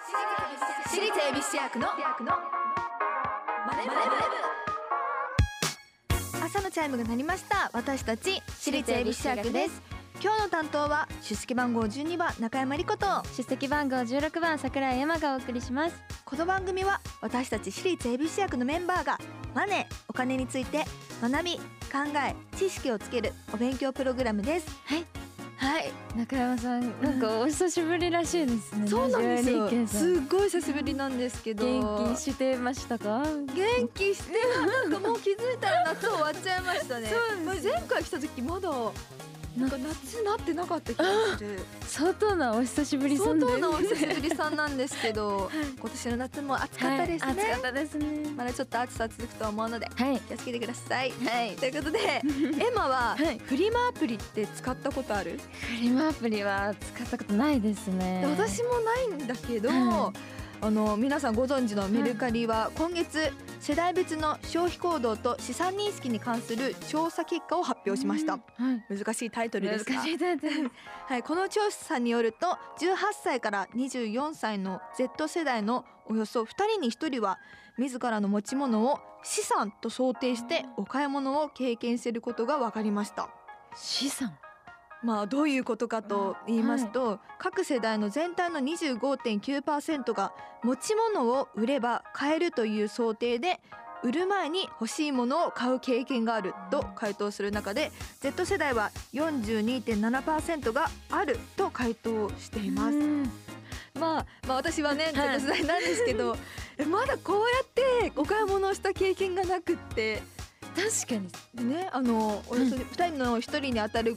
私立恵比寿中学のマネブ。朝のチャイムが鳴りました。私たち私立恵比寿中学です。今日の担当は出席番号12番中山理子と出席番号16番桜井山がお送りします。 この番組は私たち私立恵比寿中学のメンバーがマネー、お金について学び、考え、知識をつけるお勉強プログラムです。はい、 中山さん、なんかお久しぶりらしいですね。 そうなんですよ。すっごい久しぶりなんですけど、 元気してましたか？ 元気してなんかもう気づいたら夏終わっちゃいましたね。前回来た時まだなんか夏なってなかった気がする。 相当なお久しぶりさんで、 相当なお久しぶりさんなんですけど、今年の夏も暑かったですね。 暑かったですね。 まだちょっと暑さ続くと思うので、気をつけてください。ということで、エマはフリマアプリって使ったことある？ フリマアプリは使ったことないですね。 私もないんだけど、皆さんご存知のメルカリは今月世代別の消費行動と資産認識に関する調査結果を発表しました。難しいタイトルですが、この調査によると18歳から24歳の Z 世代のおよそ2人に1人は自らの持ち物を資産と想定してお買い物を経験していることが分かりました。 資産、 どういうことかと言いますと、各世代の全体の 25.9% が持ち物を売れば買えるという想定で売る前に欲しいものを買う経験があると回答する中で、 Z 世代は 42.7% があると回答しています。私はね Z 世代なんですけど、まだこうやってお買い物をした経験がなくって、 確かにね、およそ2人の1人に当たる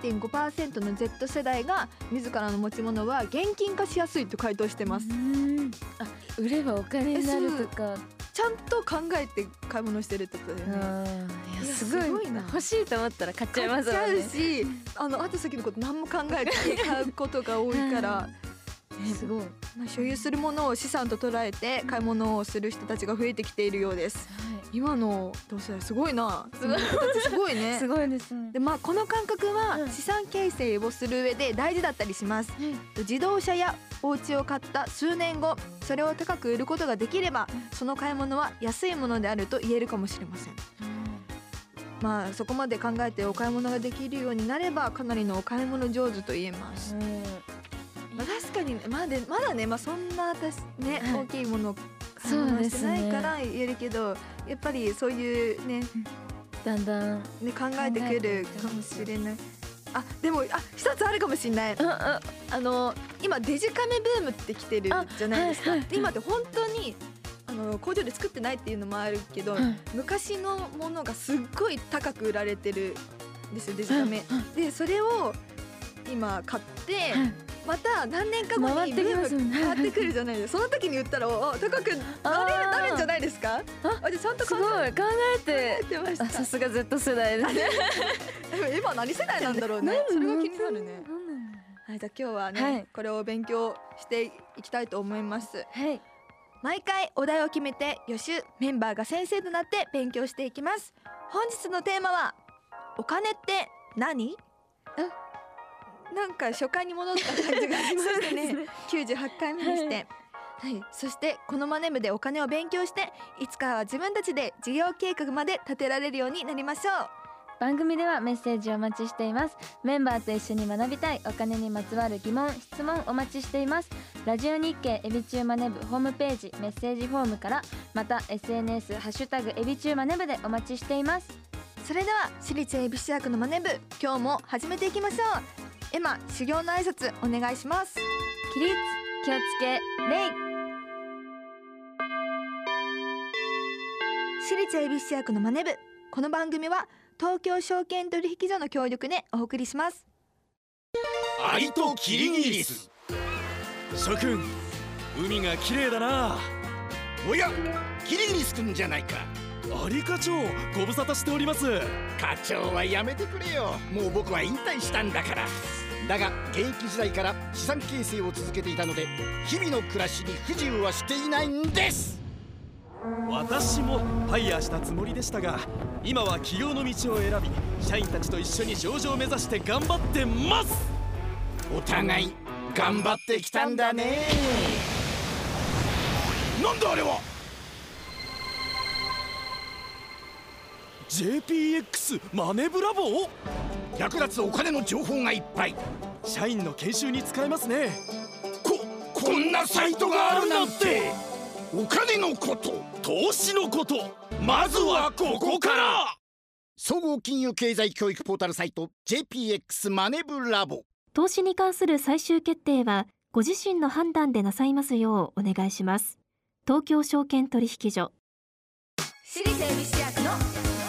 51.5% の Z 世代が自らの持ち物は現金化しやすいと回答してます。 売ればお金になるとかちゃんと考えて買い物してるってことだよね。 いや、すごいな。欲しいと思ったら買っちゃいますもんね。 買っちゃうし、後先のこと何も考えて買うことが多いからすごい。 所有するものを資産と捉えて買い物をする人たちが増えてきているようです。今の同世代すごいな。すごいね。 すごいですね。 で、この感覚は資産形成をする上で大事だったりします。自動車やお家を買った数年後、それを高く売ることができれば、その買い物は安いものであると言えるかもしれません。そこまで考えてお買い物ができるようになればかなりのお買い物上手と言えます。確かにまだね、そんな私ね、大きいものを買い物してないから言えるけど、やっぱりそういうね、 だんだんね考えてくるかもしれない。でも一つあるかもしれない。今デジカメブームって来てるじゃないですか。今って本当に工場で作ってないっていうのもあるけど、昔のものがすっごい高く売られてるんですよ、デジカメ。でそれを今買って、また何年か後にブーム変わってくるじゃないですか。その時に売ったら高くなるんじゃないですか。ちゃんとすごい考えてました。さすが Z 世代ですね。 今何世代なんだろうね。それが気になるね。じゃあ今日はね、これを勉強していきたいと思います。毎回お題を決めて予習メンバーが先生となって勉強していきます。本日のテーマはお金って何？なんか初回に戻った感じがしましたね。98回目にして、そしてこのマネ部でお金を勉強して、いつかは自分たちで事業計画まで立てられるようになりましょう。 番組ではメッセージをお待ちしています。メンバーと一緒に学びたいお金にまつわる疑問・質問お待ちしています。ラジオ日経エビチューマネ部ホームページメッセージフォームから、また SNS ハッシュタグエビチューマネ部でお待ちしています。 それでは私立恵比寿中学のマネ部、今日も始めていきましょう。エマ、修行の挨拶お願いします。 起立、気をつけ、礼。 私立恵比寿中学のマネ部、この番組は東京証券取引所の協力でお送りします。 アリとキリギリス。諸君、海が綺麗だな。 おや、キリギリス君じゃないか。 アリ課長、ご無沙汰しております。 課長はやめてくれよ。もう僕は引退したんだから。だが現役時代から資産形成を続けていたので、日々の暮らしに不自由はしていないんです。 私もファイヤーしたつもりでしたが、今は起業の道を選び、社員たちと一緒に上場を目指して頑張ってます。 お互い頑張ってきたんだね。 なんだあれは。 JPX マネブラボー。 役立つお金の情報がいっぱい。 社員の研修に使えますね。 こんなサイトがあるなんて。お金のこと、 投資のこと、まずはここから。 総合金融経済教育ポータルサイト JPX マネブラボ。 投資に関する最終決定はご自身の判断でなさいますようお願いします。東京証券取引所。 私立恵比寿役の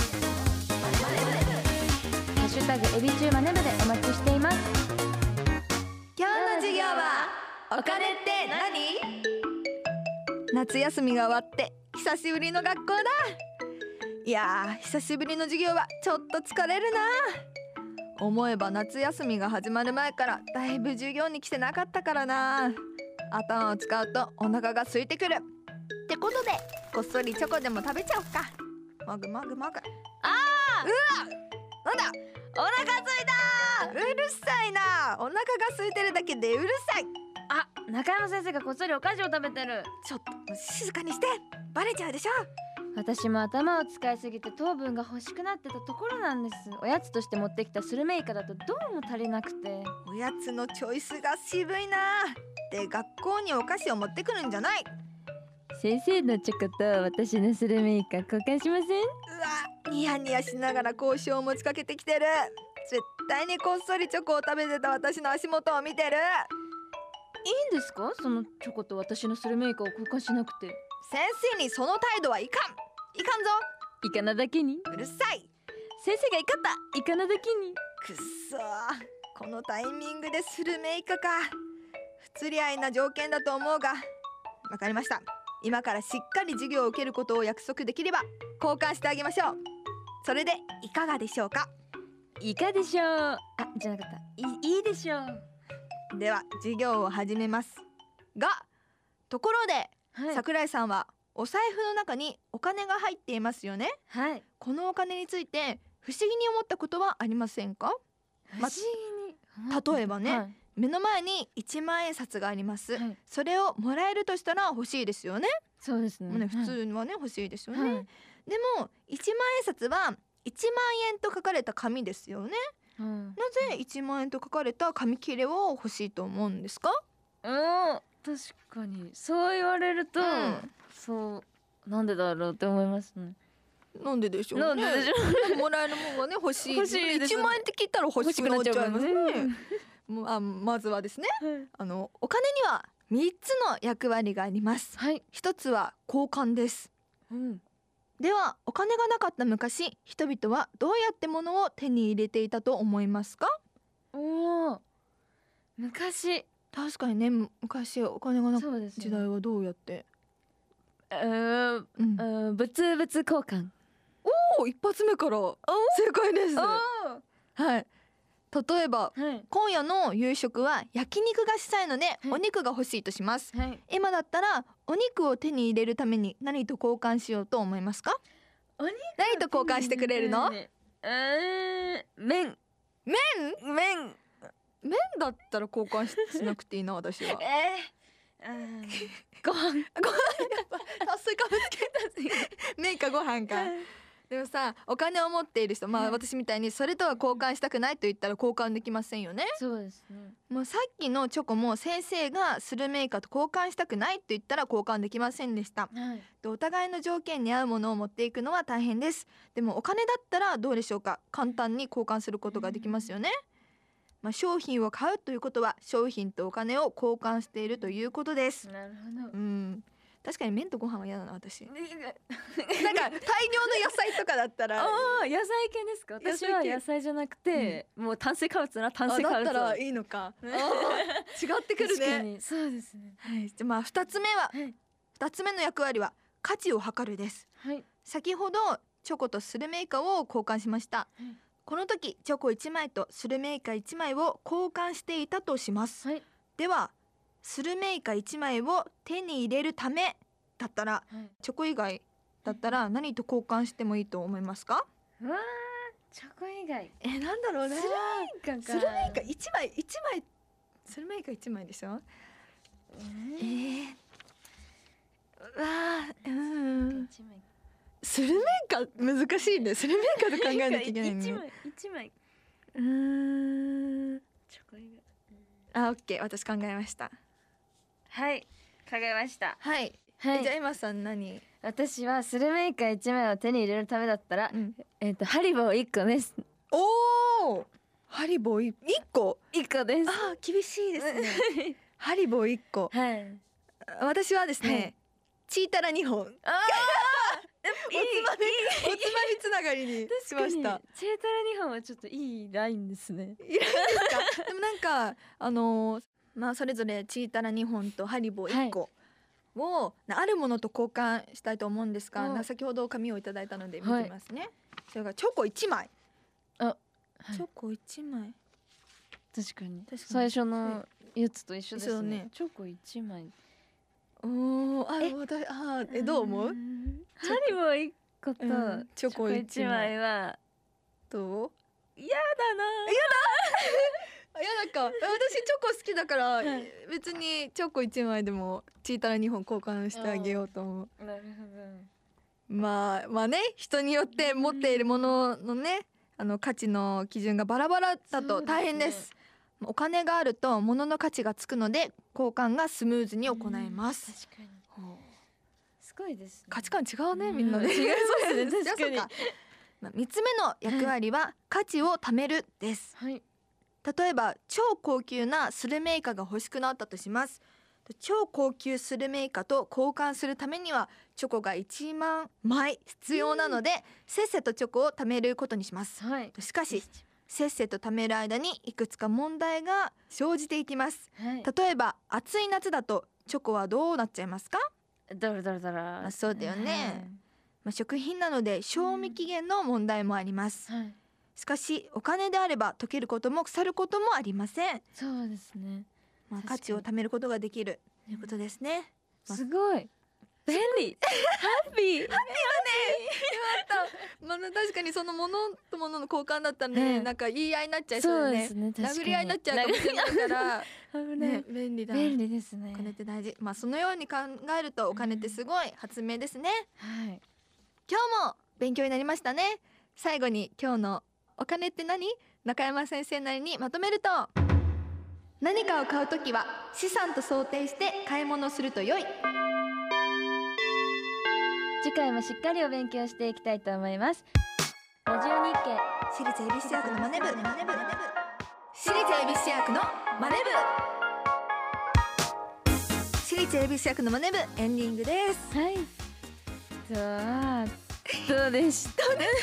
ハッシュタグエビ中マネブでお待ちしています。 今日の授業はお金って何？夏休みが終わって久しぶりの学校だ。いやー、久しぶりの授業はちょっと疲れるな。思えば夏休みが始まる前からだいぶ授業に来てなかったからな。頭を使うとお腹が空いてくるってことで、こっそりチョコでも食べちゃおっか。もぐもぐもぐ。 あうわ、なんだ、 お腹すいた。 うるさいな。お腹が空いてるだけでうるさい。 あ、中山先生がこっそりお菓子を食べてる。 ちょっと静かにして、バレちゃうでしょ。 私も頭を使いすぎて糖分が欲しくなってたところなんです。おやつとして持ってきたスルメイカだとどうも足りなくて。 おやつのチョイスが渋いな。で、学校にお菓子を持ってくるんじゃない。 先生のチョコと私のスルメイカ交換しません？ うわ、ニヤニヤしながら交渉を持ちかけてきてる。絶対にこっそりチョコを食べてた私の足元を見てる。 いいんですか、そのチョコと私のスルメイカを交換しなくて。 先生にその態度はいかん。いかんぞ。 イカなだけに。 うるさい。 先生が怒った。イカなだけに。 くっそー、このタイミングでスルメイカか。不釣り合いな条件だと思うが、わかりました。今からしっかり授業を受けることを約束できれば交換してあげましょう。それでいかがでしょうか。 いかでしょう。あ、じゃなかった。いいでしょう。 では授業を始めますが、ところで、 はい、 桜井さんはお財布の中にお金が入っていますよね。 はい。 このお金について不思議に思ったことはありませんか？ 不思議に。 例えばね、 はい、 目の前に1万円札があります、はい、それをもらえるとしたら欲しいですよね。 そうですね。 普通はね、欲しいですよね、 はい、 でも1万円札は1万円と書かれた紙ですよね、なぜ1万円と書かれた紙切れを欲しいと思うんですか？ 確かにそう言われると、そうなんでだろうって思いますね。 なんででしょうね。もらえるものがね欲しい。 欲しいです。 1万円って聞いたら欲しくなっちゃいますね。まずはですね、お金には3つの役割があります。はい、1つは交換です。ではお金がなかった昔、人々はどうやって物を手に入れていたと思いますか？ 昔、 確かにね、昔お金がなかった時代はどうやって？ 物々交換。 一発目から正解です。はい。例えば、今夜の夕食は焼肉がしたいので、お肉が欲しいとします。今だったらお肉を手に入れるために何と交換しようと思いますか？何と交換してくれるの？ 麺だったら交換しなくていいな、私は。 ご飯やっぱ炭水化物系麺かご飯か。でもさ、お金を持っている人、私みたいにそれとは交換したくないと言ったら交換できませんよね。 そうですね。 もうさっきのチョコも先生がスルメイカと交換したくないと言ったら交換できませんでした、でお互いの条件に合うものを持っていくのは大変です。でもお金だったらどうでしょうか。簡単に交換することができますよね。商品を買うということは商品とお金を交換しているということです。 なるほど。 確かに麺とご飯は嫌だな、私。なんか大量の野菜とかだったら。 野菜系ですか？私は野菜じゃなくて、もう炭水化物な炭水化物。 だったらいいのか。違ってくるね。 確かにそうですね。 はい。じゃあ2つ目の役割は価値を測るです。先ほどチョコとスルメイカを交換しました。この時チョコ1枚とスルメイカ1枚を交換していたとします。ではスルメイカ1枚を手に入れるためだったら、チョコ以外だったら何と交換してもいいと思いますか？ チョコ以外。 なんだろうね。 スルメイカ 1枚スルメイカ1枚でしょ。 難しいね。スルメイカで考えなきゃいけないね。 1枚チョコ以外。オッケー、私考えました。 はい、考えました。 はい、じゃあエマさん何？ 私はスルメイカ1枚を手に入れるためだったら、ハリボー1個です。 おー、ハリボー1個です。 厳しいですね。ハリボー1個。 はい。 私はですね、チータラ2本。おつまみつながりにしました。 チータラ2本はちょっといいラインですね。 いいですか？でもなんかそれぞれチータラ2本とハリボー1個をあるものと交換したいと思うんですが、先ほど紙をいただいたので見てみますね。それがチョコ1枚。チョコ1枚。 確かに最初のやつと一緒ですね。チョコ1枚。 どう思う？ ハリボー1個とチョコ1枚はどう？ 嫌だな。 私チョコ好きだから、別にチョコ1枚でもチータラ2本交換してあげようと思う。 なるほど。 まあね、人によって持っているもののね、価値の基準がバラバラだと大変です。お金があると物の価値がつくので交換がスムーズに行えます。 確かに。すごいですね。 価値観違うね、みんなね。 違いますね。確かに。3つ目の役割は価値を貯めるです。例えば超高級なスルメイカが欲しくなったとします。超高級スルメイカと交換するためにはチョコが1万枚必要なので、せっせとチョコを貯めることにします。しかしせっせと貯める間にいくつか問題が生じていきます。例えば暑い夏だとチョコはどうなっちゃいますか？ ドロドロドロ。 そうだよね。食品なので賞味期限の問題もあります。しかしお金であれば溶けることも腐ることもありません。 そうですね。 価値を貯めることができるということですね。 すごい便利。ハッピーよね。 確かにそのものとものの交換だったらね、なんか言い合いになっちゃいそうだね。殴り合いになっちゃうかもしれないから便利だ。 便利ですね。 お金って大事。そのように考えるとお金ってすごい発明ですね。今日も勉強になりましたね。最後に今日のお金って何？中山先生なりにまとめると、何かを買うときは資産と想定して買い物すると良い。 次回もしっかりお勉強していきたいと思います。ラジオ日経私立恵比寿中学のマネ部、私立恵比寿中学のマネ部、私立恵比寿中学のマネ部エンディングです。 どうでした？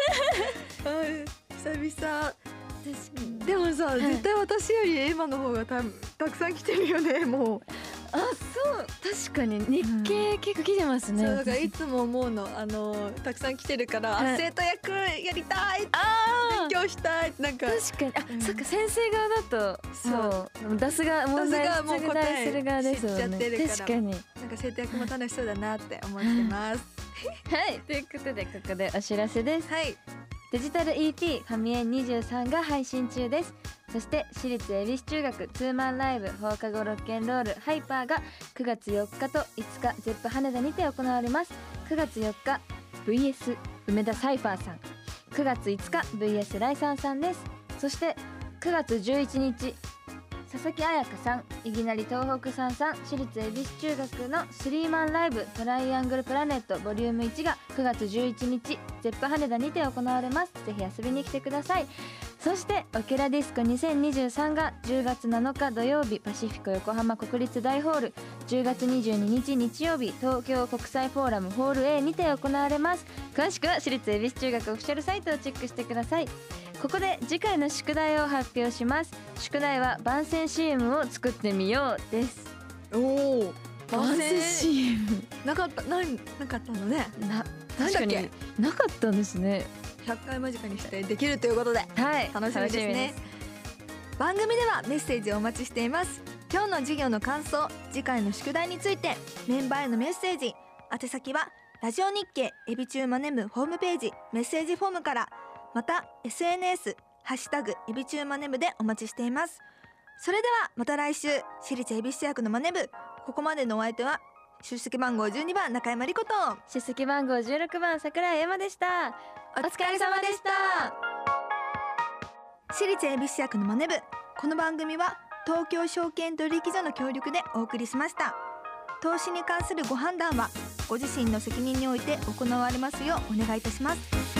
久々でもさ、絶対私よりエマの方がたくさん来てるよね。もうそう確かに日経結構来てますね。 そうだからいつも思うの、たくさん来てるから、生徒役やりたい、勉強したい、なんか確かにそっか、先生側だとそう出すが問題出題する側ですよね。確かになんか生徒役も楽しそうだなって思ってます。 ということでここでお知らせです。デジタル EP ファミエン23が配信中です。そして私立恵比寿中学ツーマンライブ放課後ロッケンロールハイパーが9月4日と5日ゼップ羽田にて行われます。9月4日 VS 梅田サイファーさん、9月5日 VS ライサンさんです。そして9月11日佐々木彩香さん、いぎなり東北さん、私立恵比寿中学のスリーマンライブトライアングルプラネットボリューム1が9月11日ゼップ羽田にて行われます。ぜひ遊びに来てください。そしてオケラディスコ2023が10月7日土曜日パシフィコ横浜国立大ホール、10月22日日曜日東京国際フォーラムホール A にて行われます。詳しくは私立恵比寿中学オフィシャルサイトをチェックしてください。ここで次回の宿題を発表します。宿題は番宣 CM を作ってみようです。 番宣 CM なかったのね。 確かになかったんですね。 100回間近にしてできるということで、楽しみですね。番組ではメッセージをお待ちしています。今日の授業の感想、次回の宿題についてメンバーへのメッセージ、宛先はラジオ日経エビチューマネ部ホームページメッセージフォームから、また SNS ハッシュタグエビチューマネ部でお待ちしています。それではまた来週、私立恵比寿中学のマネ部、ここまでのお相手は出席番号12番中山莉子と出席番号16番桜井エマでした。お疲れ様でした。 私立恵比寿役のマネ部、この番組は東京証券取引所の協力でお送りしました。投資に関するご判断はご自身の責任において行われますようお願いいたします。